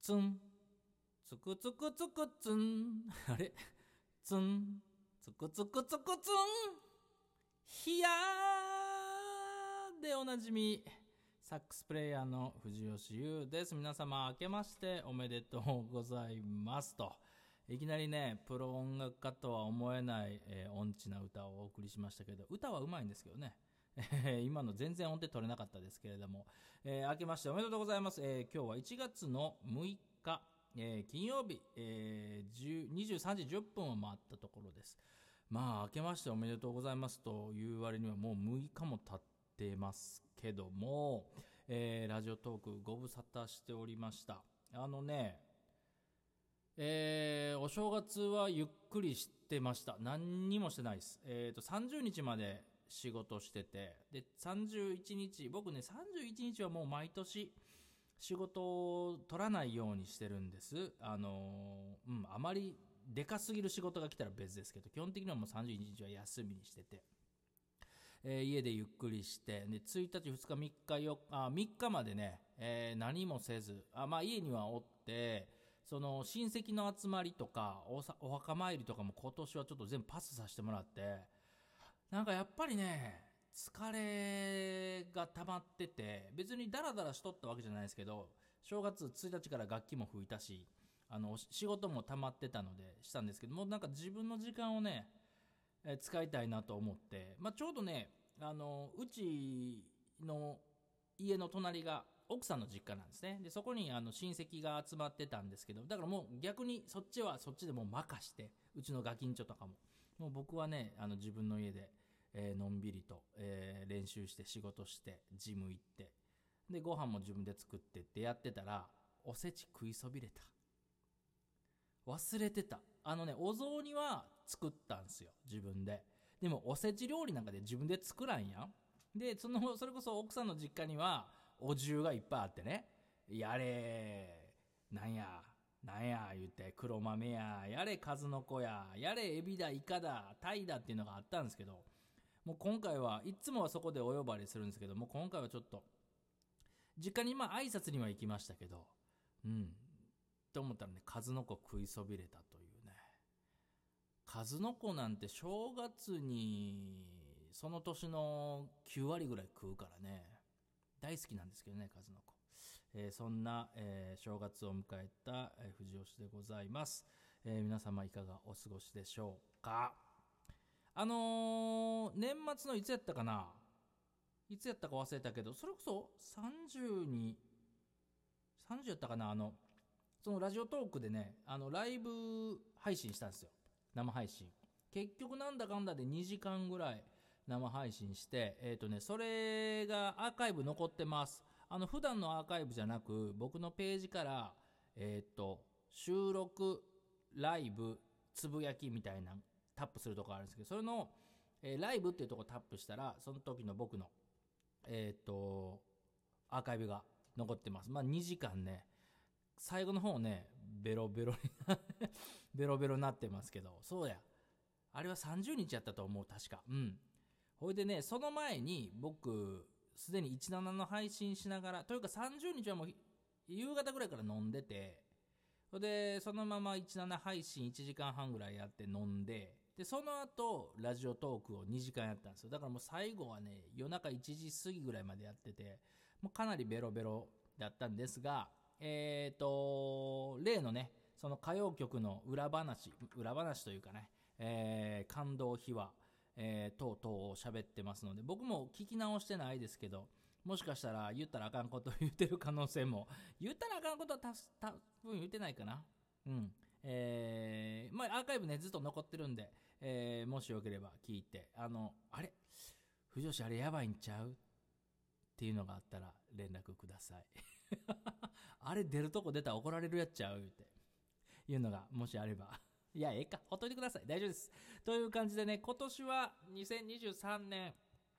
ツン、つくつくつくツン。あれツン、つくつくつくツン。ヒヤーでおなじみ、サックスプレイヤーの藤吉優です。皆様明けましておめでとうございますと。いきなりね、プロ音楽家とは思えない、音痴な歌をお送りしましたけど、歌はうまいんですけどね。今の全然音程取れなかったですけれども、明けましておめでとうございます。今日は1月の6日、金曜日、23時10分を回ったところです。まあ明けましておめでとうございますという割にはもう6日も経ってますけども、ラジオトークご無沙汰しておりました。お正月はゆっくりしてました。何にもしてないです。30日まで仕事してて、で31日、僕ね31日はもう毎年仕事を取らないようにしてるんです。あまりでかすぎる仕事が来たら別ですけど、基本的にはもう31日は休みにしてて、家でゆっくりして、で1日2日3日3日までね、何もせず、家にはおって、その親戚の集まりとかお墓参りとかも今年はちょっと全部パスさせてもらって、なんかやっぱりね疲れが溜まってて、別にダラダラしとったわけじゃないですけど、正月1日から楽器も吹いたし、仕事も溜まってたのでしたんですけども、なんか自分の時間をね、使いたいなと思って、ちょうどねうちの家の隣が奥さんの実家なんですね。でそこに親戚が集まってたんですけど、だからもう逆にそっちはそっちでもう任して、うちのガキンチョとかもう僕はね自分の家で、のんびりと、練習して仕事してジム行って、でご飯も自分で作ってってやってたら、おせち食いそびれた。忘れてた。お雑煮は作ったんですよ自分で。でもおせち料理なんかで自分で作らんやん。でそれこそ奥さんの実家にはお重がいっぱいあってね、やれなんや言って、黒豆やれ数の子やれエビだイカだタイだっていうのがあったんですけど、もう今回はいつもはそこでお呼ばれするんですけども、今回はちょっと実家に挨拶には行きましたけど、と思ったらね、数の子食いそびれたというね。数の子なんて正月にその年の9割ぐらい食うからね、大好きなんですけどね、数の子。そんな、正月を迎えた、藤吉でございます。皆様いかがお過ごしでしょうか。年末のいつやったかな、いつやったか忘れたけど、それこそ30やったかな、そのラジオトークでね、ライブ配信したんですよ。生配信。結局なんだかんだで2時間ぐらい生配信して、それがアーカイブ残ってます。普段のアーカイブじゃなく、僕のページから、収録、ライブ、つぶやきみたいなタップするとこあるんですけど、それの、ライブっていうとこタップしたら、その時の僕の、アーカイブが残ってます。2時間ね、最後の方ねベロベロにベロベロになってますけど、そうや、あれは30日やったと思う、確か。ほいでね、その前に僕すでに17の配信しながら、というか30日はもう夕方ぐらいから飲んでて、ほいでそのまま17配信1時間半ぐらいやって飲んで、でその後ラジオトークを2時間やったんですよ。だからもう最後はね夜中1時過ぎぐらいまでやってて、もうかなりベロベロだったんですが、例のねその歌謡曲の裏話というかね、感動秘話、等々を喋ってますので、僕も聞き直してないですけど、もしかしたら言ったらあかんことを言ってる可能性も、言ったらあかんことは多分言ってないかな。アーカイブねずっと残ってるんで、もしよければ聞いて、あれ藤吉あれやばいんちゃうっていうのがあったら連絡くださいあれ出るとこ出たら怒られるやっちゃうっていうのがもしあればいやええか、ほっといてください、大丈夫です。という感じでね、今年は2023年、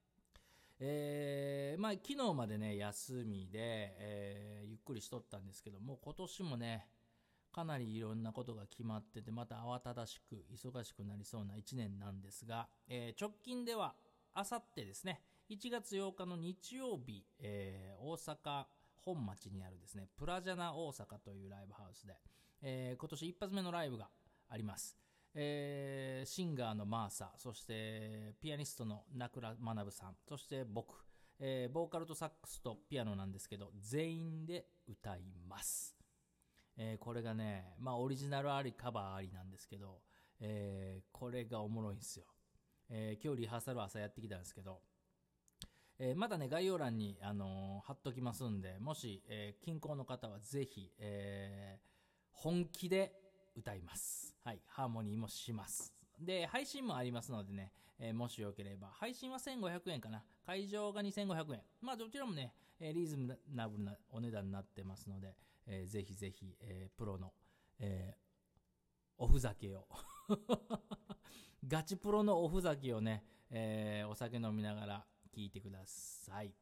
昨日までね休みで、ゆっくりしとったんですけども、今年もねかなりいろんなことが決まってて、また慌ただしく忙しくなりそうな1年なんですが、直近ではあさってですね、1月8日の日曜日、大阪本町にあるですね、プラジャナ大阪というライブハウスで、今年一発目のライブがあります。シンガーのマーサ、そしてピアニストの名倉学さん、そして僕、ボーカルとサックスとピアノなんですけど、全員で歌います。これがね、まあオリジナルありカバーありなんですけど、これがおもろいんですよ。今日リハーサル朝やってきたんですけど、まだね概要欄に、貼っときますんで、もし、近郊の方はぜひ、本気で歌います。はい、ハーモニーもします。で、配信もありますのでね、もしよければ、配信は1500円かな。会場が2500円。まあどちらもね、リーズナブルなお値段になってますので、ぜひぜひ、プロの、おふざけをガチプロのおふざけをね、お酒飲みながら聞いてください。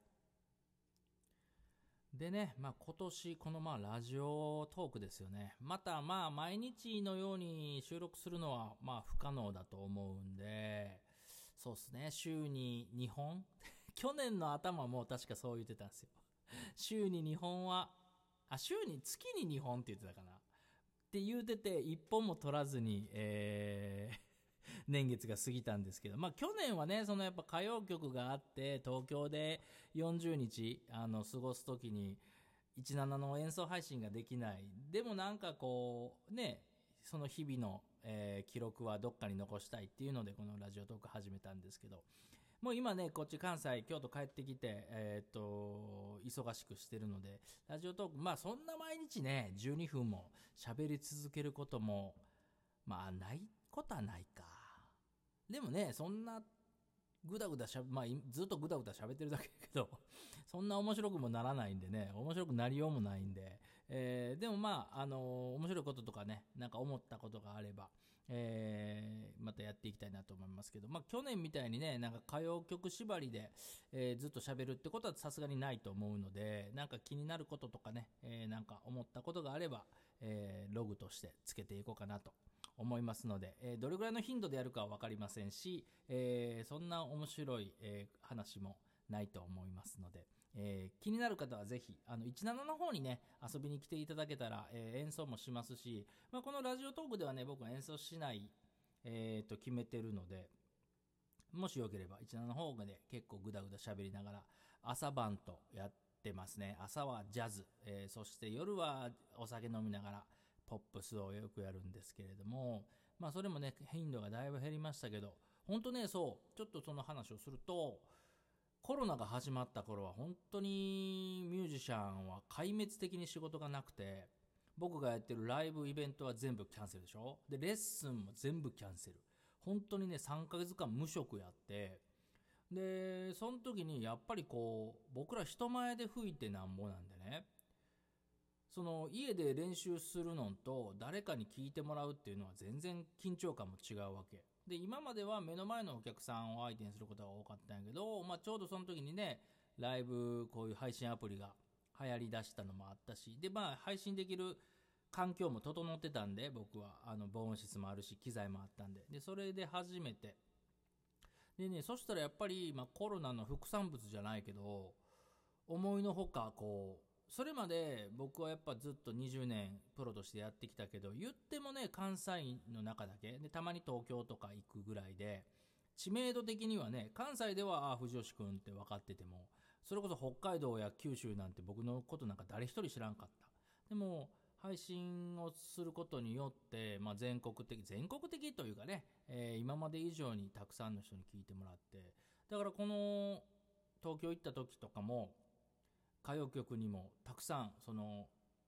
でね、まあ、今年このまあラジオトークですよね。またまあ毎日のように収録するのはまあ不可能だと思うんで、そうですね、週に2本去年の頭も確かそう言ってたんですよ。週に2本は、週に月に2本って言ってたかな。って言うてて1本も取らずに、年月が過ぎたんですけど、まあ去年はね、そのやっぱ歌謡曲があって東京で40日過ごす時に17の演奏配信ができない。でもなんかこうね、その日々の、記録はどっかに残したいっていうのでこのラジオトーク始めたんですけど、もう今ねこっち関西京都帰ってきて忙しくしてるのでラジオトークまあそんな毎日ね12分も喋り続けることもまあないことはないか。でもねそんなぐだぐだまあずっとぐだぐだ喋ってるだけだけどそんな面白くもならないんでね、面白くなりようもないんで、でもまあ面白いこととかね、なんか思ったことがあればまたやっていきたいなと思いますけど、まあ去年みたいにねなんか歌謡曲縛りで、ずっと喋るってことはさすがにないと思うので、なんか気になることとかね、なんか思ったことがあれば、ログとしてつけていこうかなと思いますので、どれぐらいの頻度でやるかは分かりませんし、そんな面白い、話もないと思いますので、気になる方はぜひ17の方にね遊びに来ていただけたら、演奏もしますし、まあ、このラジオトークではね僕は演奏しない、と決めてるので、もしよければ17の方で結構グダグダ喋りながら朝晩とやってますね。朝はジャズ、そして夜はお酒飲みながらポップスをよくやるんですけれども、まあそれもね頻度がだいぶ減りましたけど、本当ねそうちょっとその話をすると、コロナが始まった頃は本当にミュージシャンは壊滅的に仕事がなくて、僕がやってるライブイベントは全部キャンセルでしょ。でレッスンも全部キャンセル。本当にね3ヶ月間無職やって、でその時にやっぱりこう僕ら人前で吹いてなんぼなんでね、その家で練習するのと誰かに聞いてもらうっていうのは全然緊張感も違うわけで、今までは目の前のお客さんを相手にすることが多かったんやけど、まあ、ちょうどその時にねライブこういう配信アプリが流行りだしたのもあったし、でまあ配信できる環境も整ってたんで、僕は防音室もあるし機材もあったんで、それで初めてでね、そしたらやっぱり、まあ、コロナの副産物じゃないけど思いのほかこう、それまで僕はやっぱずっと20年プロとしてやってきたけど、言ってもね関西の中だけで、たまに東京とか行くぐらいで知名度的にはね、関西では藤吉君って分かってても、それこそ北海道や九州なんて僕のことなんか誰一人知らんかった。でも配信をすることによって、まあ、全国的というかね、今まで以上にたくさんの人に聞いてもらって、だからこの東京行った時とかも歌謡曲にもたくさんその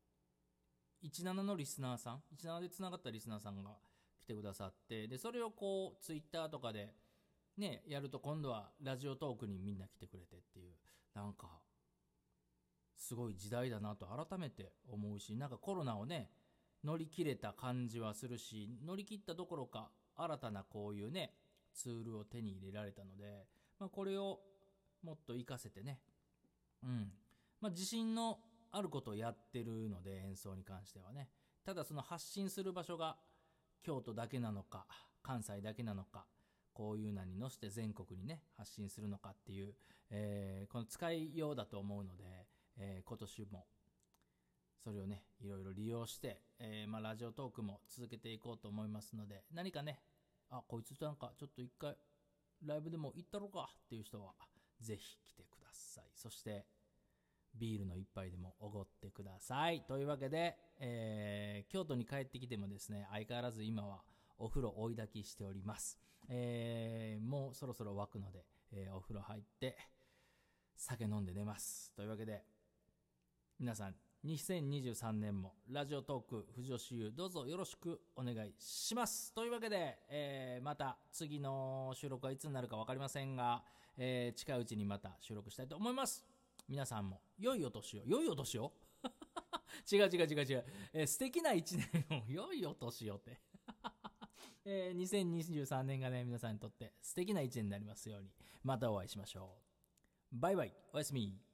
17のリスナーさん、17でつながったリスナーさんが来てくださって、でそれをこうツイッターとかでねやると、今度はラジオトークにみんな来てくれてっていう、なんかすごい時代だなと改めて思うし、なんかコロナをね乗り切れた感じはするし、乗り切ったどころか新たなこういうねツールを手に入れられたので、まあ、これをもっと活かせてね、まあ、自信のあることをやってるので、演奏に関してはね。ただその発信する場所が京都だけなのか関西だけなのか、こういう名にのして全国にね発信するのかっていう、この使いようだと思うので、 今年もそれをねいろいろ利用して、ラジオトークも続けていこうと思いますので、何かね、こいつなんかちょっと一回ライブでも行ったろかっていう人はぜひ来てください。そしてビールの一杯でもおごってください。というわけで、京都に帰ってきてもですね、相変わらず今はお風呂追い炊きしております。もうそろそろ沸くので、お風呂入って酒飲んで寝ます。というわけで皆さん2023年もラジオトーク藤吉優どうぞよろしくお願いします。というわけで、また次の収録はいつになるか分かりませんが、近いうちにまた収録したいと思います。皆さんも良いお年を。良いお年を違う、素敵な一年を良いお年をって2023年がね皆さんにとって素敵な一年になりますように。またお会いしましょう。バイバイ。おやすみ。